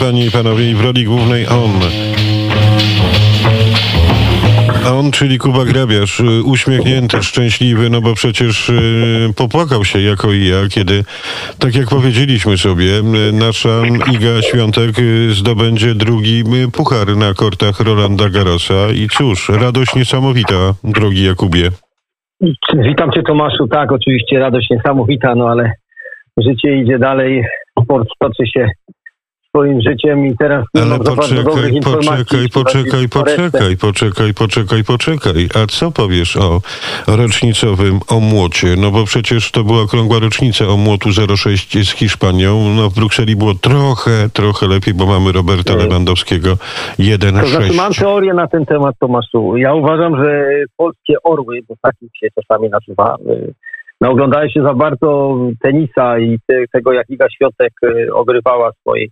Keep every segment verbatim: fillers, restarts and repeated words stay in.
Panie i panowie, w roli głównej on. A on, czyli Kuba Grabiarz, uśmiechnięty, szczęśliwy, no bo przecież y, popłakał się jako i ja, kiedy, tak jak powiedzieliśmy sobie, nasza Iga Świątek zdobędzie drugi puchar na kortach Rolanda Garrosa i cóż, radość niesamowita, drogi Jakubie. Witam cię, Tomaszu. Tak, oczywiście radość niesamowita, no ale życie idzie dalej, sport toczy się swoim życiem i teraz nie ale mam za bardzo dobrych informacji. Poczekaj, poczekaj, poczekaj, poczekaj, poczekaj, poczekaj. A co powiesz o rocznicowym omłocie? No bo przecież to była okrągła rocznica omłotu zero sześć z Hiszpanią. No w Brukseli było trochę, trochę lepiej, bo mamy Roberta Lewandowskiego jeden sześć. To znaczy mam teorię na ten temat, Tomaszu. Ja uważam, że polskie orły, bo takich się czasami nazywa, no oglądają się za bardzo tenisa i te, tego, jak Iga Świątek ogrywała swoich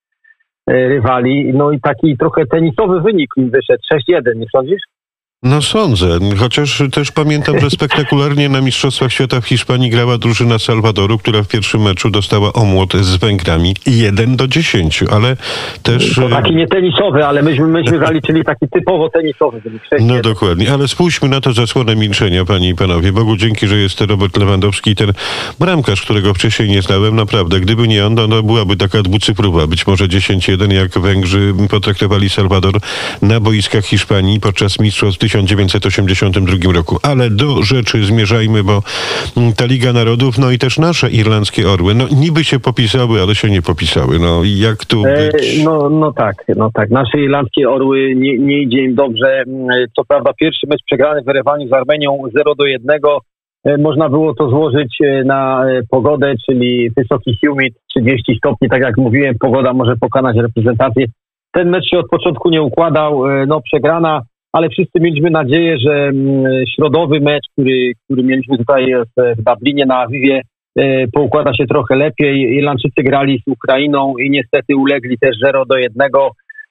rywali. No i taki trochę tenisowy wynik im wyszedł. sześć jeden, nie sądzisz? No sądzę, chociaż też pamiętam, że spektakularnie na Mistrzostwach Świata w Hiszpanii grała drużyna Salwadoru, która w pierwszym meczu dostała omłot z Węgrami jeden do dziesięciu, ale też... To taki nie tenisowy, ale myśmy, myśmy zaliczyli taki typowo tenisowy wynik. No dokładnie, ale spójrzmy na to zasłonę milczenia, panie i panowie. Bogu dzięki, że jest Robert Lewandowski, ten bramkarz, którego wcześniej nie znałem, naprawdę, gdyby nie on, no byłaby taka dwucyfrowa, być może dziesięć jeden, jak Węgrzy potraktowali Salwador na boiskach Hiszpanii podczas Mistrzostw w tysiąc dziewięćset osiemdziesiątym drugim roku. Ale do rzeczy zmierzajmy, bo ta Liga Narodów, no i też nasze irlandzkie orły, no niby się popisały, ale się nie popisały. No i jak tu być? E, no, no tak, no tak. Nasze irlandzkie orły nie, nie idzie im dobrze. Co prawda pierwszy mecz przegrany w Erewaniu z Armenią zero do jednego. Można było to złożyć na pogodę, czyli wysoki humid, trzydzieści stopni, tak jak mówiłem, pogoda może pokonać reprezentację. Ten mecz się od początku nie układał, no przegrana, ale wszyscy mieliśmy nadzieję, że środowy mecz, który, który mieliśmy tutaj w Dublinie na Awiwie, poukłada się trochę lepiej. Irlandczycy grali z Ukrainą i niestety ulegli też zero do jednego.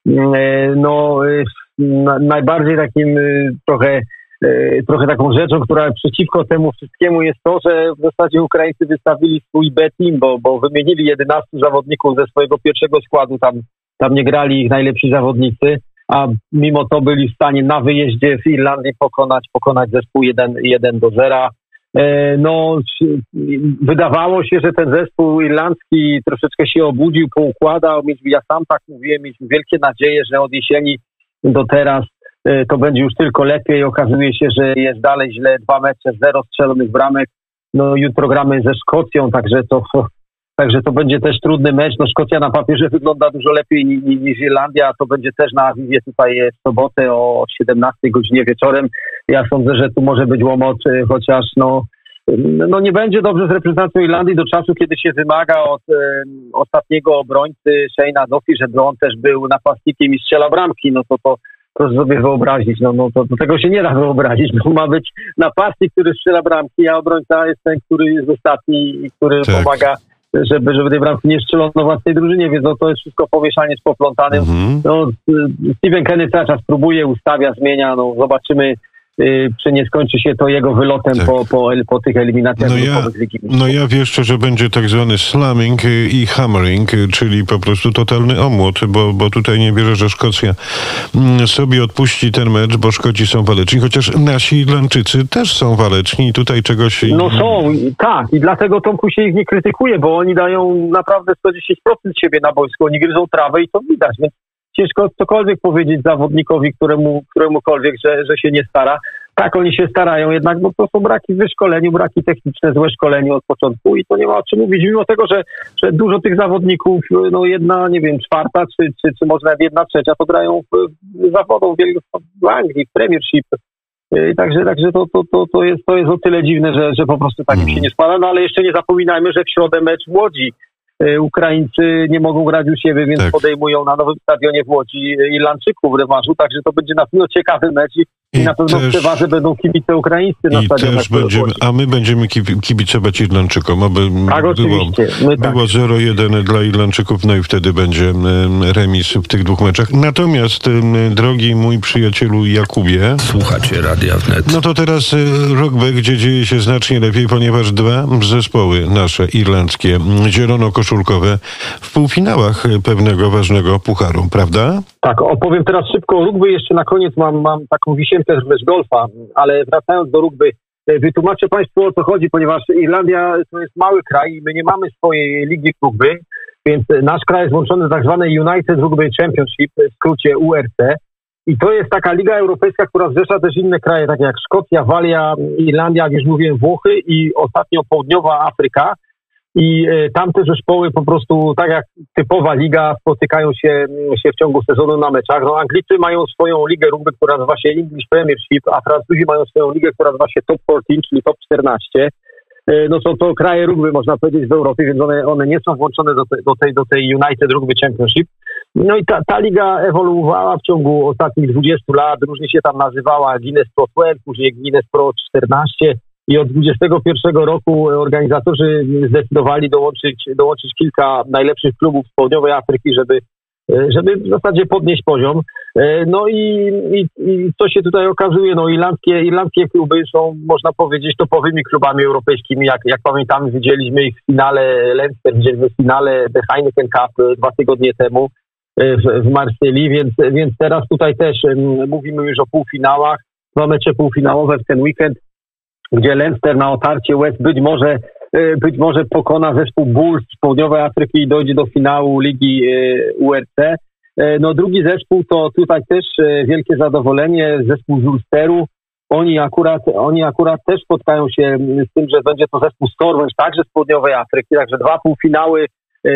No, najbardziej takim trochę, trochę taką rzeczą, która przeciwko temu wszystkiemu jest to, że w zasadzie Ukraińcy wystawili swój B-team, bo, bo wymienili jedenastu zawodników ze swojego pierwszego składu, tam, tam nie grali ich najlepsi zawodnicy, a mimo to byli w stanie na wyjeździe w Irlandii pokonać, pokonać zespół jeden do zera. No, wydawało się, że ten zespół irlandzki troszeczkę się obudził, poukładał. Ja sam tak mówiłem, mieliśmy wielkie nadzieje, że od jesieni do teraz to będzie już tylko lepiej. Okazuje się, że jest dalej źle. Dwa mecze, zero strzelonych bramek. No jutro gramy ze Szkocją, także to... Także to będzie też trudny mecz. No Szkocja na papierze wygląda dużo lepiej niż, niż Irlandia, a to będzie też na Awiwie tutaj w sobotę o siedemnastej godzinie wieczorem. Ja sądzę, że tu może być łomot, chociaż no, no nie będzie dobrze z reprezentacją Irlandii do czasu, kiedy się wymaga od e, ostatniego obrońcy Shane'a Duffy, żeby on też był napastnikiem i strzela bramki. No to to proszę sobie wyobrazić. No, no to, to tego się nie da wyobrazić. No, ma być napastnik, który strzela bramki, a obrońca jest ten, który jest ostatni i który tak pomaga, żeby, żeby tej bramki nie strzelono własnej drużynie, więc no, to jest wszystko pomieszanie z poplątanym. Mm-hmm. No, Stephen Kenny cały czas próbuje, ustawia, zmienia, no zobaczymy, yy, czy nie skończy się to jego wylotem tak po, po, po tych eliminacjach no grupowych ja, Ligi Mistrzów. No ja wieszczę, że będzie tak zwany slamming i hammering, czyli po prostu totalny omłot, bo, bo tutaj nie wierzę, że Szkocja sobie odpuści ten mecz, bo Szkoci są waleczni, chociaż nasi Irlandczycy też są waleczni i tutaj czegoś... No są, tak, i dlatego Tomku się ich nie krytykuje, bo oni dają naprawdę sto dziesięć procent siebie na boisku, oni gryzą trawę i to widać, więc ciężko cokolwiek powiedzieć zawodnikowi, któremu, któremukolwiek, że, że się nie stara. Tak, oni się starają jednak, bo to są braki w wyszkoleniu, braki techniczne, złe szkoleniu od początku i to nie ma o czym mówić, mimo tego, że, że dużo tych zawodników, no jedna, nie wiem, czwarta, czy, czy, czy może nawet jedna trzecia, to grają w, w zawodach w Anglii, w Premiership. I także także to, to, to, to, jest, to jest o tyle dziwne, że, że po prostu takim się nie składa, no ale jeszcze nie zapominajmy, że w środę mecz w Łodzi. Ukraińcy nie mogą grać u siebie, więc tak podejmują na nowym stadionie w Łodzi Irlandczyków w rewanżu, także to będzie na pewno ciekawy mecz i, I na pewno też, w przewadze będą kibice ukraińscy na stadionach. Będziemy, a my będziemy kibicować Irlandczykom, aby tak, było, my było tak. zero jeden dla Irlandczyków, no i wtedy będzie remis w tych dwóch meczach. Natomiast, drogi mój przyjacielu Jakubie, słuchacie Radia Wnet. No to teraz Rock B, gdzie dzieje się znacznie lepiej, ponieważ dwa zespoły nasze irlandzkie, zielono koszulkowe w półfinałach pewnego ważnego pucharu, prawda? Tak, opowiem teraz szybko o rugby. Jeszcze na koniec mam, mam taką wisienkę z golfa, ale wracając do rugby, wytłumaczę Państwu, o co chodzi, ponieważ Irlandia to jest mały kraj i my nie mamy swojej ligi rugby, więc nasz kraj jest włączony w tak zwane United Rugby Championship, w skrócie U R C. I to jest taka liga europejska, która zrzesza też inne kraje, takie jak Szkocja, Walia, Irlandia, jak już mówiłem, Włochy i ostatnio Południowa Afryka. I tam te zespoły po prostu, tak jak typowa liga, spotykają się, się w ciągu sezonu na meczach. No, Anglicy mają swoją ligę rugby, która nazywa się English Premiership, a Francuzi mają swoją ligę, która nazywa się Top czternaście, czyli Top czternaście. No są to kraje rugby, można powiedzieć, w Europie, więc one, one nie są włączone do, te, do, tej, do tej United Rugby Championship. No i ta, ta liga ewoluowała w ciągu ostatnich dwudziestu lat, różnie się tam nazywała Guinness Pro dwanaście, później Guinness Pro czternaście i od dwudziestego pierwszego roku organizatorzy zdecydowali dołączyć, dołączyć kilka najlepszych klubów z południowej Afryki, żeby żeby w zasadzie podnieść poziom. No i, i, i co się tutaj okazuje, no irlandzkie, irlandzkie kluby są, można powiedzieć, topowymi klubami europejskimi. Jak, jak pamiętamy, widzieliśmy ich w finale Leinster, widzieliśmy w finale The Heineken Cup dwa tygodnie temu w, w Marsylii, więc, więc teraz tutaj też mówimy już o półfinałach. Dwa mecze półfinałowe w ten weekend, gdzie Leinster na otarcie łez być może być może pokona zespół Bulls z południowej Afryki i dojdzie do finału Ligi U R C. No drugi zespół to tutaj też wielkie zadowolenie, zespół z Ulsteru. Oni akurat, oni akurat też spotkają się z tym, że będzie to zespół Stormers, także z południowej Afryki, także dwa półfinały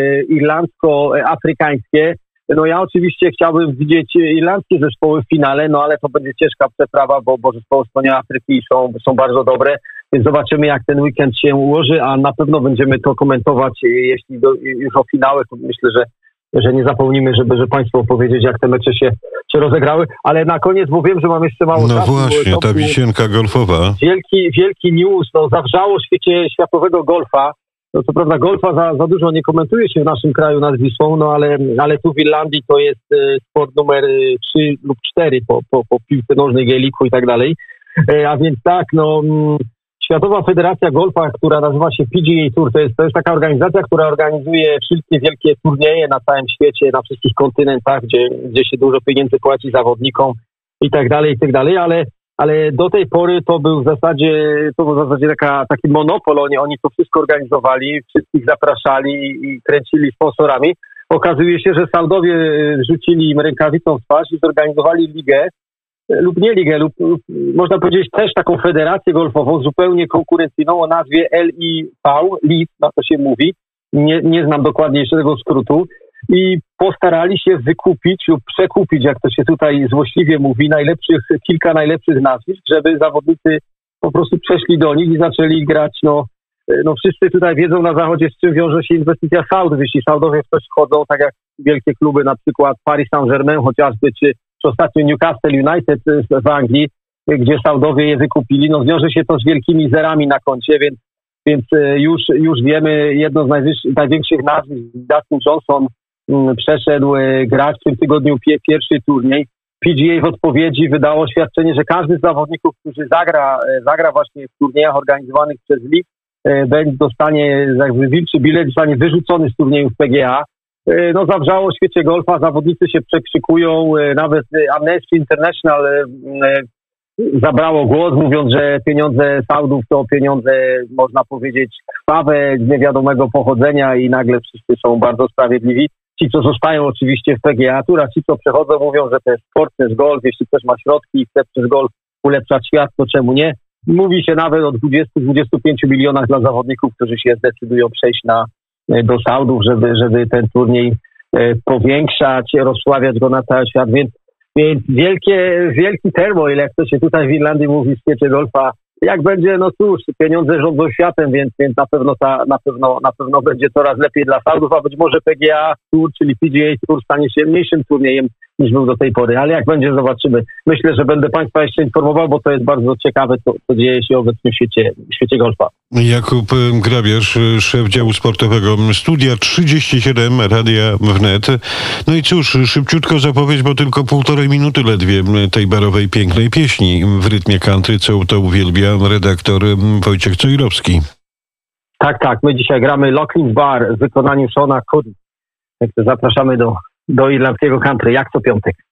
irlandzko-afrykańskie. No ja oczywiście chciałbym widzieć irlandzkie zespoły w finale, no ale to będzie ciężka przeprawa, bo, bo zespoły z południowej Afryki są, są bardzo dobre, więc zobaczymy, jak ten weekend się ułoży, a na pewno będziemy to komentować, jeśli do, już o finały, to myślę, że, że nie zapomnimy, żeby że Państwu opowiedzieć, jak te mecze się, się rozegrały, ale na koniec, bo wiem, że mam jeszcze mało no czasu. No właśnie, ta wisienka golfowa. Wielki, wielki news, no zawrzało w świecie światowego golfa. No co prawda golfa za, za dużo nie komentuje się w naszym kraju nad Wisłą, no ale, ale tu w Irlandii to jest y, sport numer trzy lub cztery po, po, po piłce nożnej, gaeliku i tak dalej. E, a więc tak, no m, Światowa Federacja Golfa, która nazywa się P G A Tour, to jest, to jest taka organizacja, która organizuje wszystkie wielkie turnieje na całym świecie, na wszystkich kontynentach, gdzie, gdzie się dużo pieniędzy płaci zawodnikom i tak dalej, i tak dalej, ale ale do tej pory to był w zasadzie, to był w zasadzie taka, taki monopol, oni, oni to wszystko organizowali, wszystkich zapraszali i kręcili sponsorami. Okazuje się, że Saudowie rzucili im rękawicą w twarz i zorganizowali ligę, lub nie ligę, lub, lub można powiedzieć też taką federację golfową, zupełnie konkurencyjną o nazwie L I V, L I V, na to się mówi, nie, nie znam dokładnie jeszcze tego skrótu, i postarali się wykupić lub przekupić, jak to się tutaj złośliwie mówi, najlepszych, kilka najlepszych nazwisk, żeby zawodnicy po prostu przeszli do nich i zaczęli grać. No, no wszyscy tutaj wiedzą na zachodzie, z czym wiąże się inwestycja Saudów. Jeśli Saudowie w coś wchodzą, tak jak wielkie kluby, na przykład Paris Saint-Germain chociażby, czy, czy ostatnio Newcastle United w Anglii, gdzie Saudowie je wykupili, no wiąże się to z wielkimi zerami na koncie, więc, więc już, już wiemy, jedno z największych nazwisk, Dustin Johnson, przeszedł grać w tym tygodniu pie, pierwszy turniej. P G A w odpowiedzi wydało oświadczenie, że każdy z zawodników, który zagra, zagra właśnie w turniejach organizowanych przez L I V, będzie dostanie jakby wilczy bilet, zostanie wyrzucony z turniejów P G A. No zawrzało w świecie golfa, zawodnicy się przekrzykują, nawet Amnesty International zabrało głos, mówiąc, że pieniądze Saudów to pieniądze, można powiedzieć, krwawe, niewiadomego pochodzenia i nagle wszyscy są bardzo sprawiedliwi. Ci, co zostają oczywiście w P G A Tour, a ci, co przechodzą, mówią, że to jest sport, to jest golf, jeśli ktoś ma środki i chce przez golf ulepszać świat, to czemu nie? Mówi się nawet o dwudziestu do dwudziestu pięciu milionach dla zawodników, którzy się zdecydują przejść na, do Saudów, żeby, żeby ten turniej powiększać, rozsławiać go na cały świat, więc, więc wielkie, wielki termo, ile jak to się tutaj w Irlandii mówi w świecie golfa. Jak będzie, no cóż, pieniądze rządzą światem, więc, więc na pewno ta, na pewno, na pewno będzie coraz lepiej dla Saudów, a być może P G A Tour, czyli P G A Tour stanie się mniejszym turniejem niż był do tej pory, ale jak będzie, zobaczymy. Myślę, że będę Państwa jeszcze informował, bo to jest bardzo ciekawe, co, co dzieje się obecnie w świecie, w świecie golfa. Jakub Grabierz, szef działu sportowego Studia trzydzieści siedem Radia Wnet. No i cóż, szybciutko zapowiedź, bo tylko półtorej minuty ledwie tej barowej, pięknej pieśni w rytmie country, co to uwielbia redaktor Wojciech Cojrowski. Tak, tak. My dzisiaj gramy Locklin Bar w wykonaniu Shona Curry. Zapraszamy do, do irlandzkiego country, jak co piątek.